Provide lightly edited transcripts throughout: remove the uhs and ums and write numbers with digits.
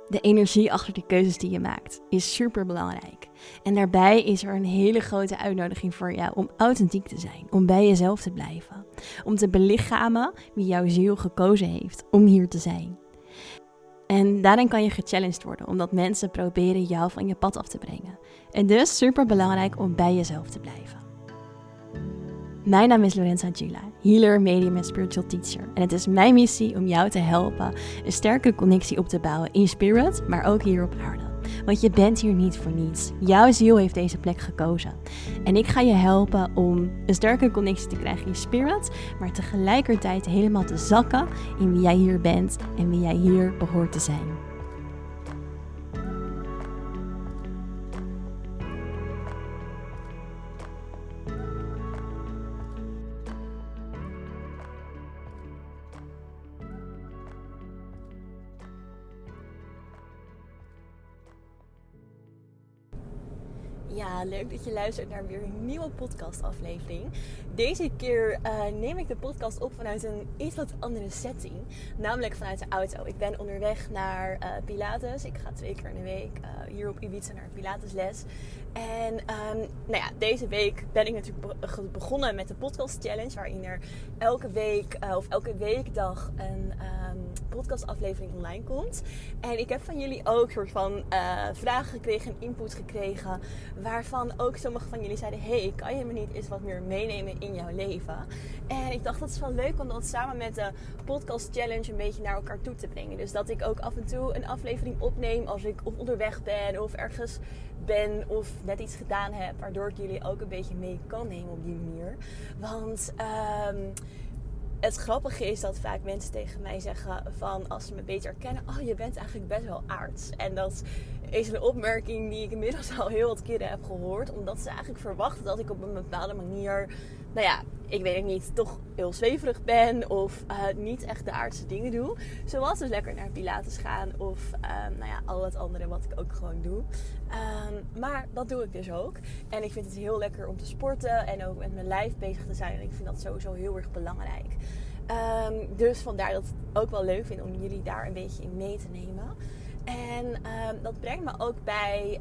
De energie achter de keuzes die je maakt is super belangrijk. En daarbij is er een hele grote uitnodiging voor jou om authentiek te zijn. Om bij jezelf te blijven. Om te belichamen wie jouw ziel gekozen heeft om hier te zijn. En daarin kan je gechallenged worden, omdat mensen proberen jou van je pad af te brengen. En dus super belangrijk om bij jezelf te blijven. Mijn naam is Lorenza Gila, healer, medium en spiritual teacher. En het is mijn missie om jou te helpen een sterke connectie op te bouwen in spirit, maar ook hier op aarde. Want je bent hier niet voor niets. Jouw ziel heeft deze plek gekozen. En ik ga je helpen om een sterke connectie te krijgen in spirit, maar tegelijkertijd helemaal te zakken in wie jij hier bent en wie jij hier behoort te zijn. Ja, leuk dat je luistert naar weer een nieuwe podcastaflevering. Deze keer neem ik de podcast op vanuit een iets wat andere setting. Namelijk vanuit de auto. Ik ben onderweg naar Pilates. Ik ga 2 keer in de week hier op Ibiza naar Pilatesles. En deze week ben ik natuurlijk begonnen met de podcast challenge. Waarin er elke weekdag een podcastaflevering online komt. En ik heb van jullie ook soort van vragen gekregen en input gekregen. Waarvan ook sommige van jullie zeiden: hey, kan je me niet eens wat meer meenemen in jouw leven? En ik dacht, dat is wel leuk om dat samen met de podcast challenge een beetje naar elkaar toe te brengen. Dus dat ik ook af en toe een aflevering opneem als ik of onderweg ben of ergens ben of net iets gedaan heb, waardoor ik jullie ook een beetje mee kan nemen op die manier. Want het grappige is dat vaak mensen tegen mij zeggen van, als ze me beter kennen: oh, je bent eigenlijk best wel aards. En dat is een opmerking die ik inmiddels al heel wat keren heb gehoord. Omdat ze eigenlijk verwachten dat ik op een bepaalde manier, ik weet het niet, toch heel zweverig ben of niet echt de aardse dingen doe. Zoals dus lekker naar Pilates gaan of al het andere wat ik ook gewoon doe. Maar dat doe ik dus ook. En ik vind het heel lekker om te sporten en ook met mijn lijf bezig te zijn. En ik vind dat sowieso heel erg belangrijk. Dus vandaar dat ik het ook wel leuk vind om jullie daar een beetje in mee te nemen. En dat brengt me ook bij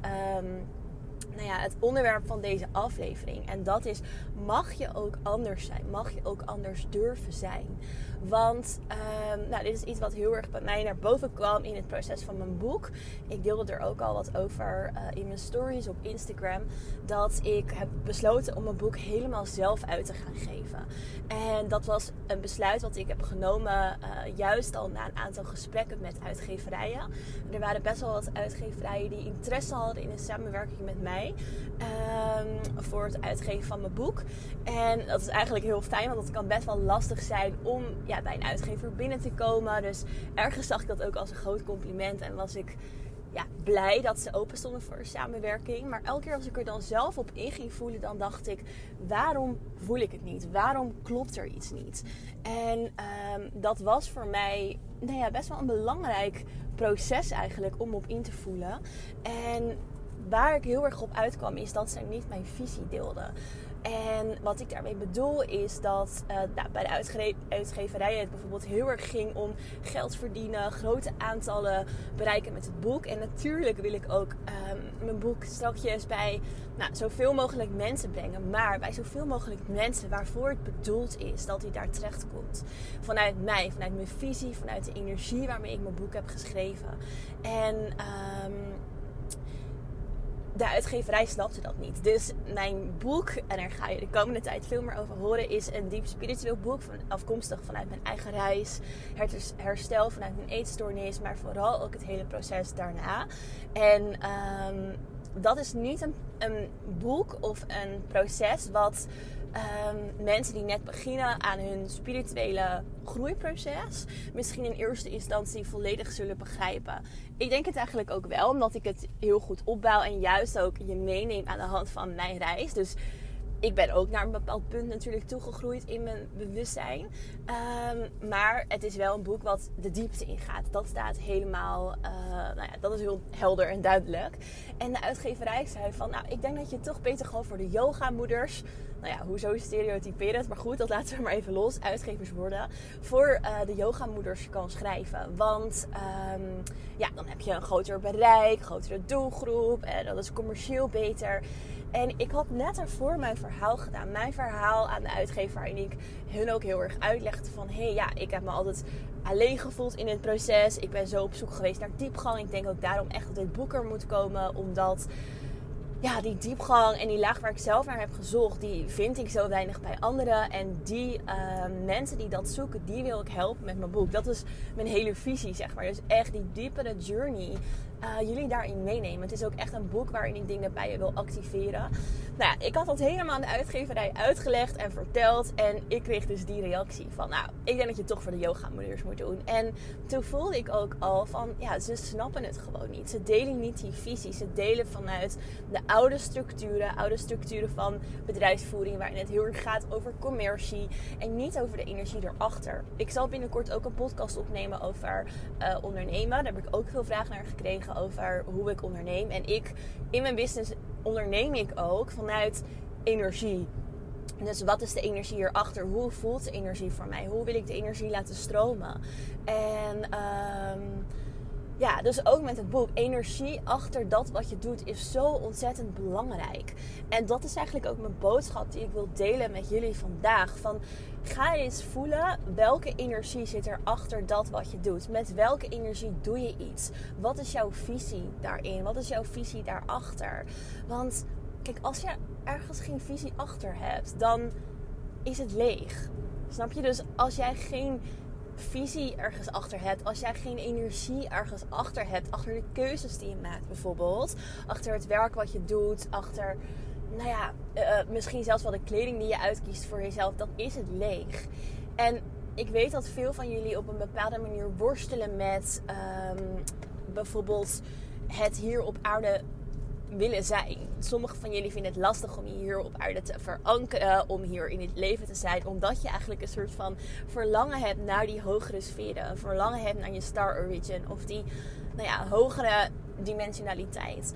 het onderwerp van deze aflevering. En dat is: mag je ook anders zijn? Mag je ook anders durven zijn? Want dit is iets wat heel erg bij mij naar boven kwam in het proces van mijn boek. Ik deelde er ook al wat over in mijn stories op Instagram. Dat ik heb besloten om mijn boek helemaal zelf uit te gaan geven. En dat was een besluit wat ik heb genomen juist al na een aantal gesprekken met uitgeverijen. Er waren best wel wat uitgeverijen die interesse hadden in een samenwerking met mij. Voor het uitgeven van mijn boek. En dat is eigenlijk heel fijn, want het kan best wel lastig zijn om bij een uitgever binnen te komen. Dus ergens zag ik dat ook als een groot compliment en was ik blij dat ze open stonden voor een samenwerking. Maar elke keer als ik er dan zelf op in ging voelen, dan dacht ik: waarom voel ik het niet? Waarom klopt er iets niet? En dat was voor mij best wel een belangrijk proces eigenlijk om op in te voelen. En waar ik heel erg op uitkwam is dat zij niet mijn visie deelden. En wat ik daarmee bedoel is dat bij de uitgeverijen het bijvoorbeeld heel erg ging om geld verdienen, grote aantallen bereiken met het boek. En natuurlijk wil ik ook mijn boek strakjes bij zoveel mogelijk mensen brengen. Maar bij zoveel mogelijk mensen waarvoor het bedoeld is dat hij daar terecht komt. Vanuit mij, vanuit mijn visie, vanuit de energie waarmee ik mijn boek heb geschreven. En de uitgeverij snapte dat niet. Dus mijn boek, en daar ga je de komende tijd veel meer over horen, is een diep spiritueel boek, afkomstig vanuit mijn eigen reis, herstel vanuit mijn eetstoornis, maar vooral ook het hele proces daarna. En dat is niet een boek of een proces wat mensen die net beginnen aan hun spirituele groeiproces misschien in eerste instantie volledig zullen begrijpen. Ik denk het eigenlijk ook wel, omdat ik het heel goed opbouw en juist ook je meeneem aan de hand van mijn reis. Dus ik ben ook naar een bepaald punt natuurlijk toegegroeid in mijn bewustzijn. Maar het is wel een boek wat de diepte ingaat. Dat staat helemaal, dat is heel helder en duidelijk. En de uitgeverij zei van, ik denk dat je toch beter gewoon voor de yogamoeders, hoezo stereotyperend, maar goed, dat laten we maar even los, uitgeverswoorden, voor de yogamoeders kan schrijven. Want dan heb je een groter bereik, grotere doelgroep, en dat is commercieel beter. En ik had net ervoor mijn verhaal gedaan. Mijn verhaal aan de uitgever, waarin ik hun ook heel erg uitlegde van, ik heb me altijd alleen gevoeld in het proces. Ik ben zo op zoek geweest naar diepgang. Ik denk ook daarom echt dat dit boek er moet komen, omdat die diepgang en die laag waar ik zelf naar heb gezocht, die vind ik zo weinig bij anderen. En die mensen die dat zoeken, die wil ik helpen met mijn boek. Dat is mijn hele visie, zeg maar. Dus echt die diepere journey, jullie daarin meenemen. Het is ook echt een boek waarin ik dingen bij je wil activeren. Ik had dat helemaal aan de uitgeverij uitgelegd en verteld. En ik kreeg dus die reactie van, ik denk dat je het toch voor de yogamoeders moet doen. En toen voelde ik ook al van, ze snappen het gewoon niet. Ze delen niet die visie. Ze delen vanuit de oude structuren van bedrijfsvoering, waarin het heel erg gaat over commercie en niet over de energie erachter. Ik zal binnenkort ook een podcast opnemen over ondernemen. Daar heb ik ook veel vragen naar gekregen over hoe ik onderneem. En in mijn business onderneem ik ook vanuit energie. Dus wat is de energie hierachter? Hoe voelt de energie voor mij? Hoe wil ik de energie laten stromen? En dus ook met het boek. Energie achter dat wat je doet is zo ontzettend belangrijk. En dat is eigenlijk ook mijn boodschap die ik wil delen met jullie vandaag. Ga eens voelen welke energie zit er achter dat wat je doet. Met welke energie doe je iets? Wat is jouw visie daarin? Wat is jouw visie daarachter? Want kijk, als je ergens geen visie achter hebt, dan is het leeg. Snap je? Dus als jij geen visie ergens achter hebt, als jij geen energie ergens achter hebt, achter de keuzes die je maakt bijvoorbeeld, achter het werk wat je doet, achter misschien zelfs wel de kleding die je uitkiest voor jezelf, dan is het leeg. En ik weet dat veel van jullie op een bepaalde manier worstelen met bijvoorbeeld het hier op aarde willen zijn. Sommige van jullie vinden het lastig om je hier op aarde te verankeren, om hier in het leven te zijn, omdat je eigenlijk een soort van verlangen hebt naar die hogere sferen, een verlangen hebt naar je star origin of die hogere dimensionaliteit.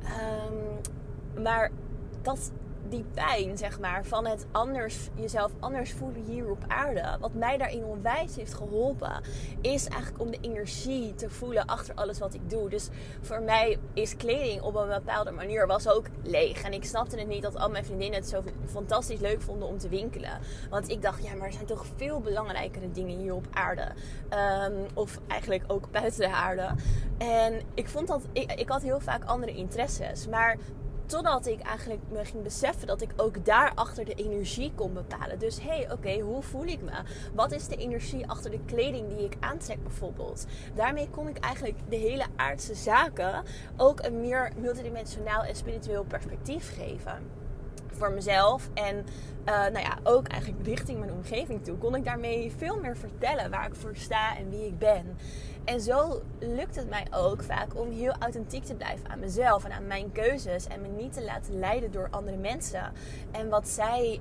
Maar die pijn, zeg maar, van het jezelf anders voelen hier op aarde, wat mij daarin onwijs heeft geholpen, is eigenlijk om de energie te voelen achter alles wat ik doe. Dus voor mij is kleding op een bepaalde manier was ook leeg. En ik snapte het niet dat al mijn vriendinnen het zo fantastisch leuk vonden om te winkelen. Want ik dacht, maar er zijn toch veel belangrijkere dingen hier op aarde. Of eigenlijk ook buiten de aarde. En ik vond dat ik had heel vaak andere interesses. Maar totdat ik eigenlijk me ging beseffen dat ik ook daarachter de energie kon bepalen. Dus hoe voel ik me? Wat is de energie achter de kleding die ik aantrek bijvoorbeeld? Daarmee kon ik eigenlijk de hele aardse zaken ook een meer multidimensionaal en spiritueel perspectief geven. Voor mezelf en ook eigenlijk richting mijn omgeving toe kon ik daarmee veel meer vertellen waar ik voor sta en wie ik ben. En zo lukt het mij ook vaak om heel authentiek te blijven aan mezelf en aan mijn keuzes en me niet te laten leiden door andere mensen en wat zij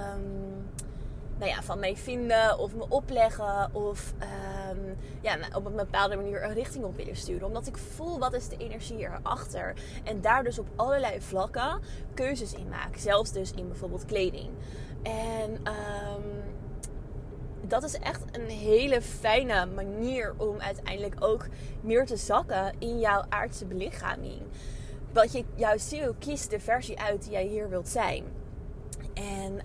van mij vinden of me opleggen of op een bepaalde manier een richting op willen sturen. Omdat ik voel wat is de energie erachter. En daar dus op allerlei vlakken keuzes in maak. Zelfs dus in bijvoorbeeld kleding. En dat is echt een hele fijne manier om uiteindelijk ook meer te zakken in jouw aardse belichaming. Want je jouw ziel kiest de versie uit die jij hier wilt zijn. En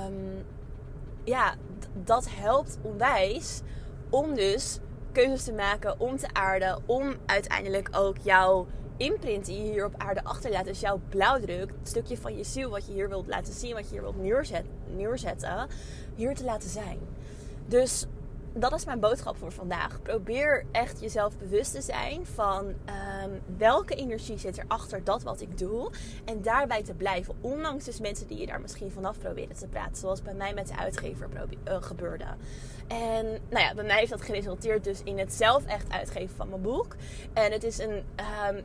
dat helpt onwijs om dus keuzes te maken om te aarden, om uiteindelijk ook jouw imprint die je hier op aarde achterlaat, dus jouw blauwdruk, het stukje van je ziel wat je hier wilt laten zien, wat je hier wilt neerzetten, hier te laten zijn. Dus dat is mijn boodschap voor vandaag. Probeer echt jezelf bewust te zijn van welke energie zit er achter dat wat ik doe. En daarbij te blijven. Ondanks dus mensen die je daar misschien vanaf proberen te praten. Zoals bij mij met de uitgever gebeurde. En bij mij heeft dat geresulteerd dus in het zelf echt uitgeven van mijn boek. En het is een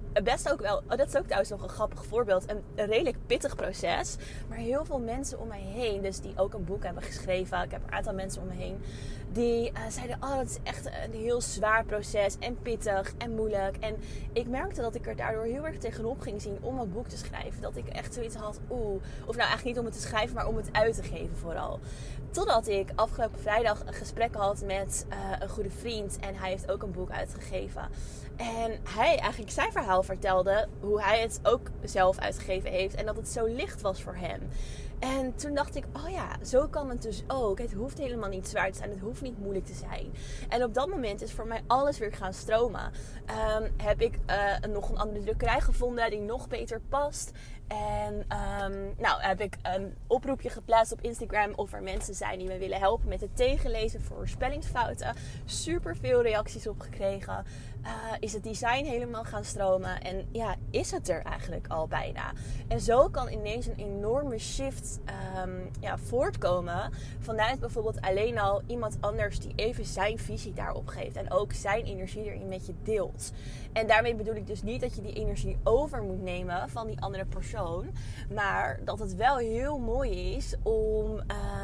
best ook wel, dat is ook trouwens nog een grappig voorbeeld, een redelijk pittig proces. Maar heel veel mensen om mij heen, dus die ook een boek hebben geschreven. Ik heb een aantal mensen om me heen die zeiden, dat is echt een heel zwaar proces en pittig en moeilijk. En ik merkte dat ik er daardoor heel erg tegenop ging zien om een boek te schrijven. Dat ik echt zoiets had, of nou eigenlijk niet om het te schrijven, maar om het uit te geven vooral. Totdat ik afgelopen vrijdag een gesprek had met een goede vriend. En hij heeft ook een boek uitgegeven. En hij eigenlijk zijn verhaal vertelde. Hoe hij het ook zelf uitgegeven heeft. En dat het zo licht was voor hem. En toen dacht ik, zo kan het dus ook. Het hoeft helemaal niet zwaar te zijn. Het hoeft niet moeilijk te zijn. En op dat moment is voor mij alles weer gaan stromen. Heb ik nog een andere drukkerij gevonden die nog beter past. En heb ik een oproepje geplaatst op Instagram of er mensen zijn die me willen helpen met het tegenlezen voor voorspellingsfouten. Super veel reacties op gekregen. Is het design helemaal gaan stromen en is het er eigenlijk al bijna. En zo kan ineens een enorme shift voortkomen vanuit bijvoorbeeld alleen al iemand anders die even zijn visie daarop geeft en ook zijn energie erin met je deelt. En daarmee bedoel ik dus niet dat je die energie over moet nemen van die andere persoon, maar dat het wel heel mooi is om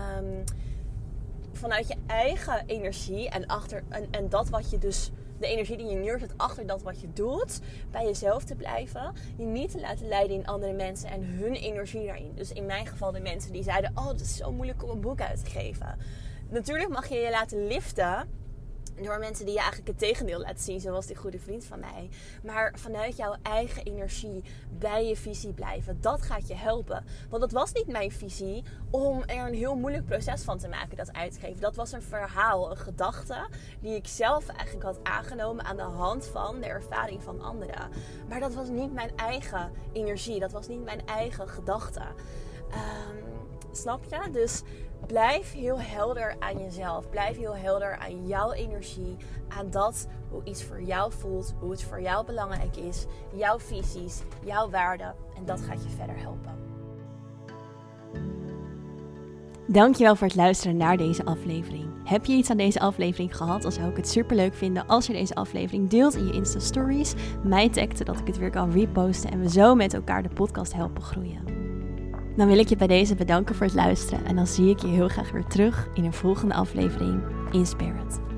vanuit je eigen energie en dat wat je dus, de energie die je neerzet achter dat wat je doet, bij jezelf te blijven. Je niet te laten leiden in andere mensen en hun energie daarin. Dus in mijn geval de mensen die zeiden, het is zo moeilijk om een boek uit te geven. Natuurlijk mag je je laten liften door mensen die je eigenlijk het tegendeel laten zien, zoals die goede vriend van mij. Maar vanuit jouw eigen energie bij je visie blijven, dat gaat je helpen. Want dat was niet mijn visie om er een heel moeilijk proces van te maken, dat uitgeven. Dat was een verhaal, een gedachte die ik zelf eigenlijk had aangenomen aan de hand van de ervaring van anderen. Maar dat was niet mijn eigen energie, dat was niet mijn eigen gedachte. Snap je? Dus blijf heel helder aan jezelf. Blijf heel helder aan jouw energie. Aan dat, hoe iets voor jou voelt. Hoe het voor jou belangrijk is. Jouw visies, jouw waarden. En dat gaat je verder helpen. Dankjewel voor het luisteren naar deze aflevering. Heb je iets aan deze aflevering gehad? Dan zou ik het superleuk vinden als je deze aflevering deelt in je Insta Stories. Mij taggen dat ik het weer kan reposten. En we zo met elkaar de podcast helpen groeien. Dan wil ik je bij deze bedanken voor het luisteren en dan zie ik je heel graag weer terug in een volgende aflevering in Spirit.